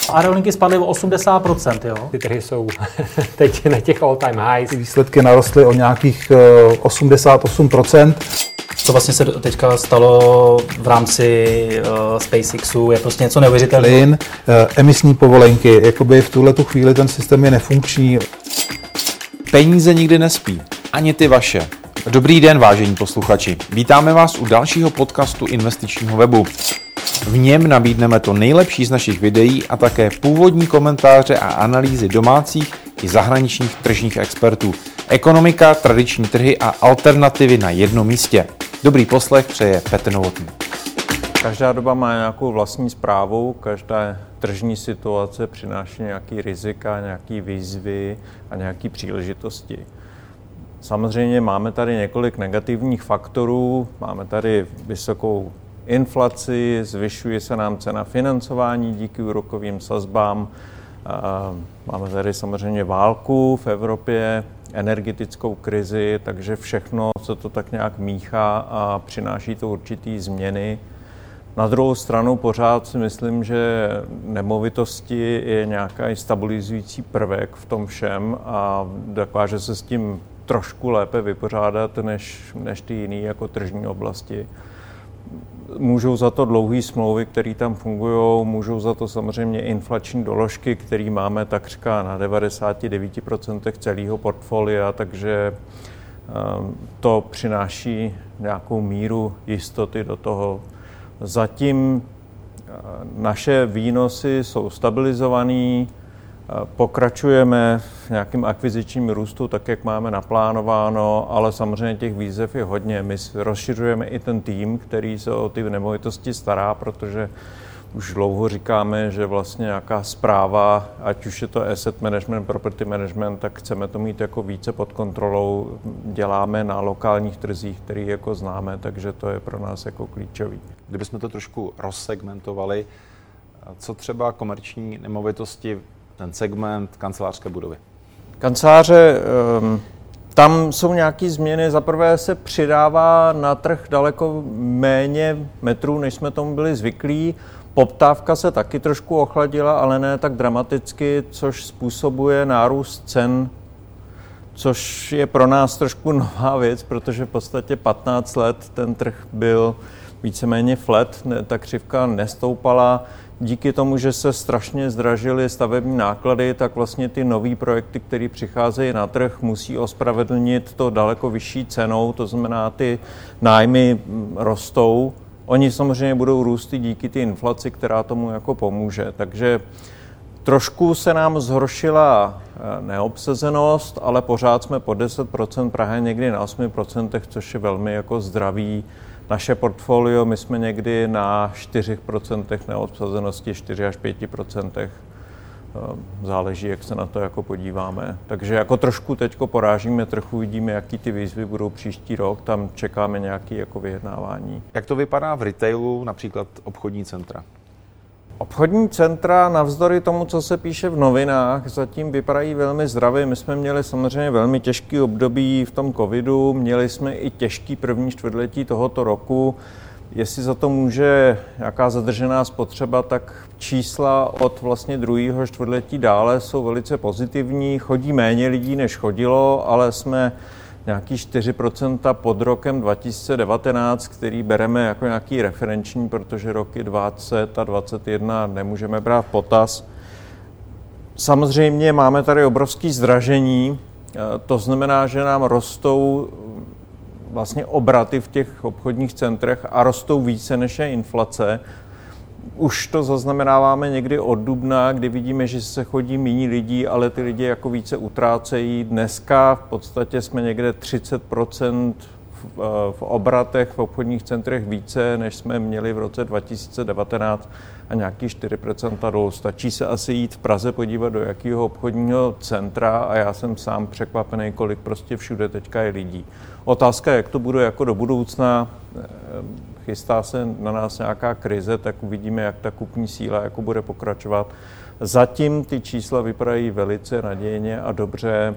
Aerolinky spadly o 80%, jo? Ty trhy jsou teď na těch all-time highs. Výsledky narostly o nějakých 88%. Co vlastně se teďka stalo v rámci SpaceXu, je prostě něco neuvěřitelného. Plyn, emisní povolenky, jakoby v tuhletu chvíli ten systém je nefunkční. Peníze nikdy nespí, ani ty vaše. Dobrý den, vážení posluchači. Vítáme vás u dalšího podcastu investičního webu. V něm nabídneme to nejlepší z našich videí a také původní komentáře a analýzy domácích i zahraničních tržních expertů. Ekonomika, tradiční trhy a alternativy na jednom místě. Dobrý poslech přeje Petr Novotný. Každá doba má nějakou vlastní správu, každá tržní situace přináší nějaký rizika, nějaké výzvy a nějaké příležitosti. Samozřejmě máme tady několik negativních faktorů, máme tady vysokou inflaci, zvyšuje se nám cena financování díky úrokovým sazbám, máme tady samozřejmě válku v Evropě, energetickou krizi, takže všechno se to tak nějak míchá a přináší to určitý změny. Na druhou stranu pořád si myslím, že nemovitosti je nějaký stabilizující prvek v tom všem a dokáže se s tím trošku lépe vypořádat než ty jiné jako tržní oblasti. Můžou za to dlouhé smlouvy, které tam fungují, můžou za to samozřejmě inflační doložky, které máme takřka na 99% celého portfolia, takže to přináší nějakou míru jistoty do toho. Zatím naše výnosy jsou stabilizované, pokračujeme v nějakém akvizičním růstu, tak jak máme naplánováno, ale samozřejmě těch výzev je hodně. My rozšiřujeme i ten tým, který se o ty nemovitosti stará, protože už dlouho říkáme, že vlastně nějaká správa, ať už je to asset management, property management, tak chceme to mít jako více pod kontrolou. Děláme na lokálních trzích, který jako známe, takže to je pro nás jako klíčový. Kdybychom to trošku rozsegmentovali, co třeba komerční nemovitosti, ten segment kancelářské budovy? Kanceláře, tam jsou nějaké změny. Za prvé se přidává na trh daleko méně metrů, než jsme tomu byli zvyklí. Poptávka se taky trošku ochladila, ale ne tak dramaticky, což způsobuje nárůst cen, což je pro nás trošku nová věc, protože v podstatě 15 let ten trh byl víceméně flat, ta křivka nestoupala. Díky tomu, že se strašně zdražily stavební náklady, tak vlastně ty nový projekty, které přicházejí na trh, musí ospravedlnit to daleko vyšší cenou, to znamená, ty nájmy rostou. Oni samozřejmě budou růst i díky té inflaci, která tomu jako pomůže. Takže trošku se nám zhoršila neobsazenost, ale pořád jsme po 10%, Praha je někdy na 8%, což je velmi jako zdravý. Naše portfolio, my jsme někdy na 4% neobsazenosti, 4 až 5%. Záleží, jak se na to jako podíváme. Takže jako trošku teďko porážíme, trochu uvidíme, jaký ty výzvy budou příští rok, tam čekáme nějaké jako vyjednávání. Jak to vypadá v retailu, například obchodní centra? Obchodní centra, navzdory tomu, co se píše v novinách, zatím vypadají velmi zdravě. My jsme měli samozřejmě velmi těžký období v tom covidu, měli jsme i těžký první čtvrtletí tohoto roku. Jestli za to může nějaká zadržená spotřeba, tak čísla od vlastně druhého čtvrtletí dále jsou velice pozitivní. Chodí méně lidí, než chodilo, ale jsme nějaký 4% pod rokem 2019, který bereme jako nějaký referenční, protože roky 20 a 2021 nemůžeme brát v potaz. Samozřejmě máme tady obrovské zdražení, to znamená, že nám rostou vlastně obraty v těch obchodních centrech a rostou více než je inflace. Už to zaznamenáváme někdy od dubna, kdy vidíme, že se chodí méně lidí, ale ty lidi jako více utrácejí. Dneska v podstatě jsme někde 30% v obratech v obchodních centrech více, než jsme měli v roce 2019 a nějaký 4% dolů. Stačí se asi jít v Praze podívat do jakého obchodního centra a já jsem sám překvapený, kolik prostě všude teďka je lidí. Otázka, jak to bude jako do budoucna. Chystá se na nás nějaká krize, tak uvidíme, jak ta kupní síla jako bude pokračovat. Zatím ty čísla vypadají velice nadějně a dobře.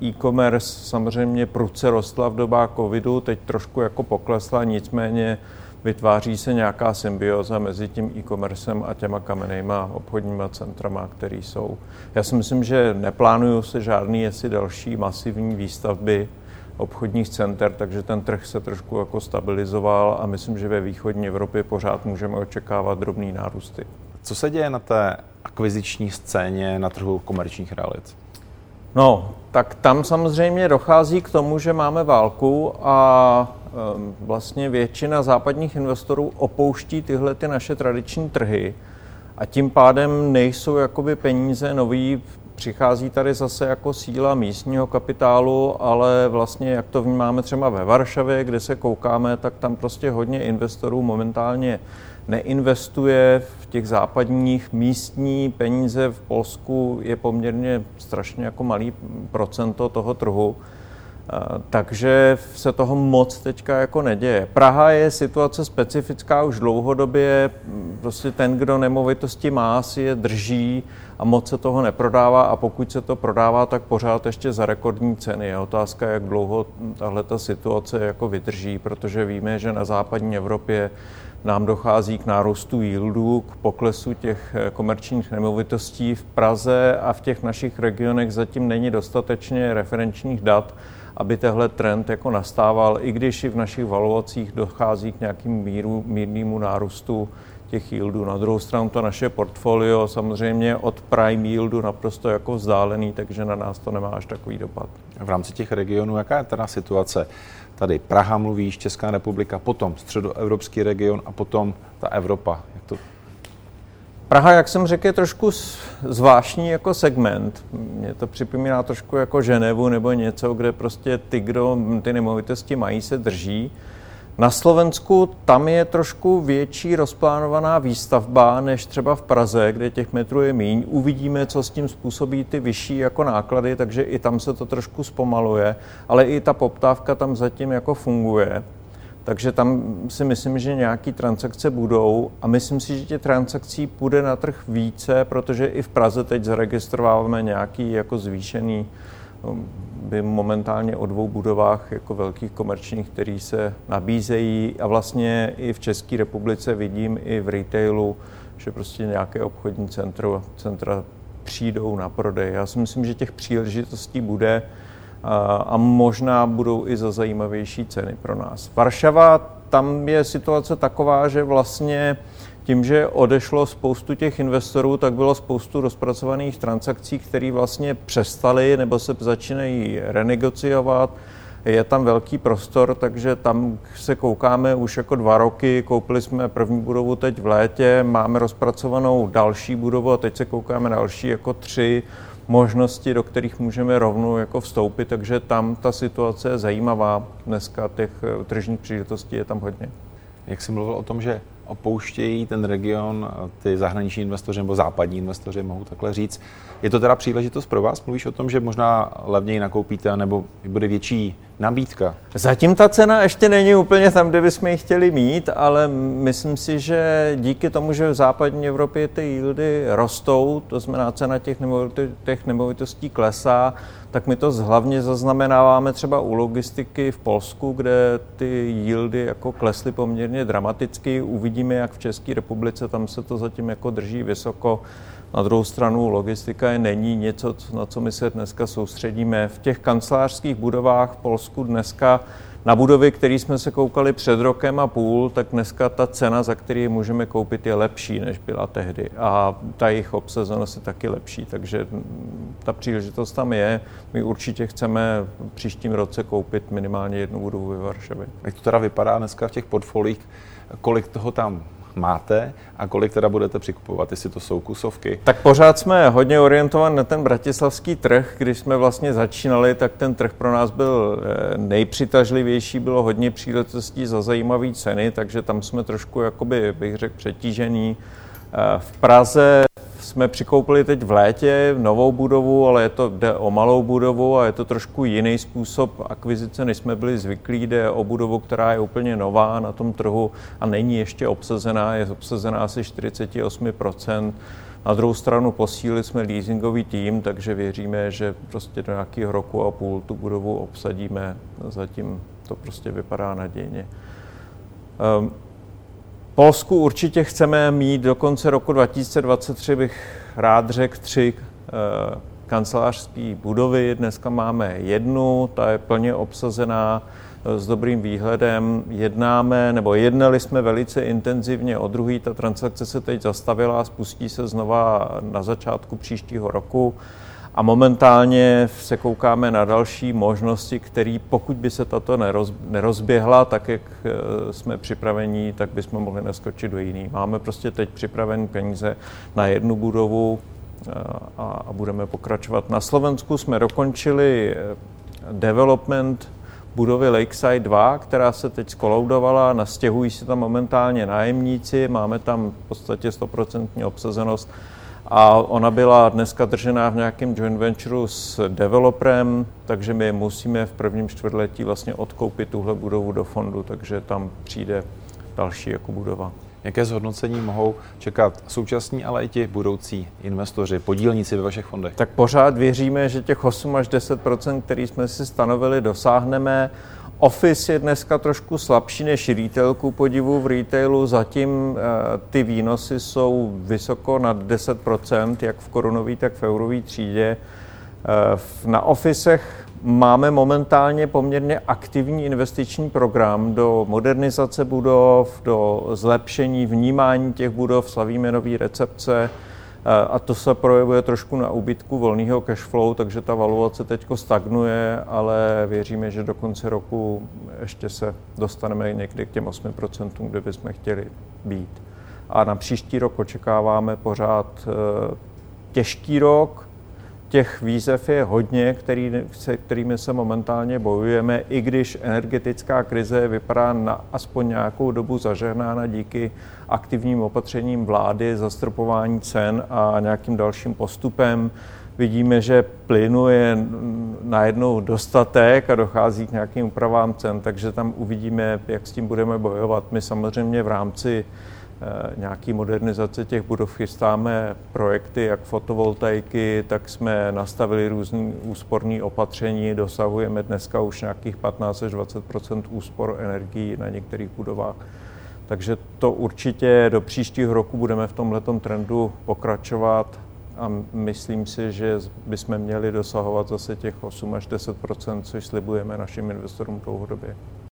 E-commerce samozřejmě prudce rostla v dobách covidu, teď trošku jako poklesla, nicméně vytváří se nějaká symbioza mezi tím e-commercem a těma kamennýma obchodníma centrama, které jsou. Já si myslím, že neplánují se žádný další masivní výstavby obchodních center, takže ten trh se trošku jako stabilizoval a myslím, že ve východní Evropě pořád můžeme očekávat drobný nárůsty. Co se děje na té akviziční scéně na trhu komerčních realit? No, tak tam samozřejmě dochází k tomu, že máme válku a vlastně většina západních investorů opouští tyhle ty naše tradiční trhy a tím pádem nejsou jakoby peníze nový, přichází tady zase jako síla místního kapitálu, ale vlastně jak to vnímáme třeba ve Varšavě, kde se koukáme, tak tam prostě hodně investorů momentálně neinvestuje v těch západních. Místní peníze v Polsku je poměrně strašně jako malý procento toho trhu, takže se toho moc teďka jako neděje. Praha je situace specifická už dlouhodobě, prostě ten, kdo nemovitosti má, si je drží a moc se toho neprodává a pokud se to prodává, tak pořád ještě za rekordní ceny. Je otázka, jak dlouho tahleta situace jako vydrží, protože víme, že na západní Evropě nám dochází k nárůstu yieldů, k poklesu těch komerčních nemovitostí v Praze a v těch našich regionech zatím není dostatečně referenčních dat, aby tehle trend jako nastával, i když i v našich valuacích dochází k nějakému mírnému nárůstu těch yieldů. Na druhou stranu to naše portfolio samozřejmě od prime yieldu naprosto jako vzdálený, takže na nás to nemá až takový dopad. V rámci těch regionů, jaká je teda situace? Tady Praha mluvíš, Česká republika, potom středoevropský region a potom ta Evropa. Jak to... Praha, jak jsem řekl, je trošku zvláštní jako segment. Mně to připomíná trošku jako Ženevu nebo něco, kde prostě ty, kdo ty nemovitosti mají, se drží. Na Slovensku tam je trošku větší rozplánovaná výstavba než třeba v Praze, kde těch metrů je míň. Uvidíme, co s tím způsobí ty vyšší jako náklady, takže i tam se to trošku zpomaluje, ale i ta poptávka tam zatím jako funguje. Takže tam si myslím, že nějaké transakce budou a myslím si, že těch transakcí půjde na trh více, protože i v Praze teď zaregistrováváme nějaký jako zvýšený by momentálně o 2 budovách jako velkých komerčních, které se nabízejí a vlastně i v České republice vidím i v retailu, že prostě nějaké obchodní centra přijdou na prodej. Já si myslím, že těch příležitostí bude a možná budou i za zajímavější ceny pro nás. Varšava, tam je situace taková, že vlastně tím, že odešlo spoustu těch investorů, tak bylo spoustu rozpracovaných transakcí, které vlastně přestaly nebo se začínají renegociovat. Je tam velký prostor, takže tam se koukáme už jako 2 roky. Koupili jsme první budovu teď v létě, máme rozpracovanou další budovu a teď se koukáme na další jako 3 možnosti, do kterých můžeme rovnou jako vstoupit, takže tam ta situace je zajímavá. Dneska těch tržních příležitostí je tam hodně. Jak jsi mluvil o tom, že opouštějí ten region ty zahraniční investoři nebo západní investoři, mohu takhle říct. Je to teda příležitost pro vás? Mluvíš o tom, že možná levněji nakoupíte, nebo bude větší nabídka? Zatím ta cena ještě není úplně tam, kde bychom ji chtěli mít, ale myslím si, že díky tomu, že v západní Evropě ty yieldy rostou, to znamená cena těch nemovitostí klesá, tak my to hlavně zaznamenáváme třeba u logistiky v Polsku, kde ty yieldy jako klesly poměrně dramaticky. Uvidíme, jak v České republice, tam se to zatím jako drží vysoko. Na druhou stranu logistika není něco, na co my se dneska soustředíme. V těch kancelářských budovách v Polsku dneska na budovy, které jsme se koukali před rokem a půl, tak dneska ta cena, za který je můžeme koupit, je lepší, než byla tehdy. A ta jejich obsazenost je taky lepší, takže ta příležitost tam je. My určitě chceme v příštím roce koupit minimálně 1 budovu ve Varšavě. Jak to teda vypadá dneska v těch portfoliích? Kolik toho tam máte a kolik teda budete přikupovat, jestli to jsou kusovky? Tak pořád jsme hodně orientovaní na ten bratislavský trh. Když jsme vlastně začínali, tak ten trh pro nás byl nejpřitažlivější, bylo hodně příležitostí za zajímavé ceny, takže tam jsme trošku, jakoby, bych řekl, přetížený. V Praze jsme přikoupili teď v létě novou budovu, ale jde o malou budovu a je to trošku jiný způsob akvizice, než jsme byli zvyklí. Jde o budovu, která je úplně nová na tom trhu a není ještě obsazená, je obsazená asi 48%. Na druhou stranu posílili jsme leasingový tým, takže věříme, že prostě do nějakého roku a půl tu budovu obsadíme. Zatím to prostě vypadá nadějně. Polsku určitě chceme mít do konce roku 2023, bych rád řekl, 3 kancelářské budovy. Dneska máme 1, ta je plně obsazená s dobrým výhledem. Jednali jsme velice intenzivně o druhý, ta transakce se teď zastavila a spustí se znova na začátku příštího roku. A momentálně se koukáme na další možnosti, které pokud by se tato nerozběhla, tak jak jsme připraveni, tak bychom mohli naskočit do jiný. Máme prostě teď připravené peníze na 1 budovu a budeme pokračovat. Na Slovensku jsme dokončili development budovy Lakeside 2, která se teď skoloudovala, nastěhují se tam momentálně nájemníci, máme tam v podstatě 100% obsazenost a ona byla dneska držená v nějakém joint ventureu s developerem, takže my musíme v prvním čtvrtletí vlastně odkoupit tuhle budovu do fondu, takže tam přijde další jako budova. Jaké zhodnocení mohou čekat současní, ale i ti budoucí investoři, podílníci ve vašich fondech? Tak pořád věříme, že těch 8 až 10%, který jsme si stanovili, dosáhneme. Office je dneska trošku slabší než retail, ku podivu. V retailu zatím ty výnosy jsou vysoko nad 10%, jak v korunové, tak v eurové třídě. Na officech máme momentálně poměrně aktivní investiční program do modernizace budov, do zlepšení vnímání těch budov, slavíme nový recepce a to se projevuje trošku na úbytku volného cash flow, takže ta valuace teď stagnuje, ale věříme, že do konce roku ještě se dostaneme někdy k těm 8%, kde bychom chtěli být. A na příští rok očekáváme pořád těžký rok. Těch výzev je hodně, se kterými se momentálně bojujeme, i když energetická krize vypadá na aspoň nějakou dobu zažehnána díky aktivním opatřením vlády, zastropování cen a nějakým dalším postupem. Vidíme, že plynu je najednou dostatek a dochází k nějakým úpravám cen, takže tam uvidíme, jak s tím budeme bojovat. My samozřejmě v rámci nějaký modernizace těch budov chystáme projekty jak fotovoltaiky, tak jsme nastavili různý úsporné opatření, dosahujeme dneska už nějakých 15 až 20% úspor energií na některých budovách. Takže to určitě do příštího roku budeme v tomhletom trendu pokračovat a myslím si, že bychom měli dosahovat zase těch 8 až 10%, což slibujeme našim investorům dlouhodobě.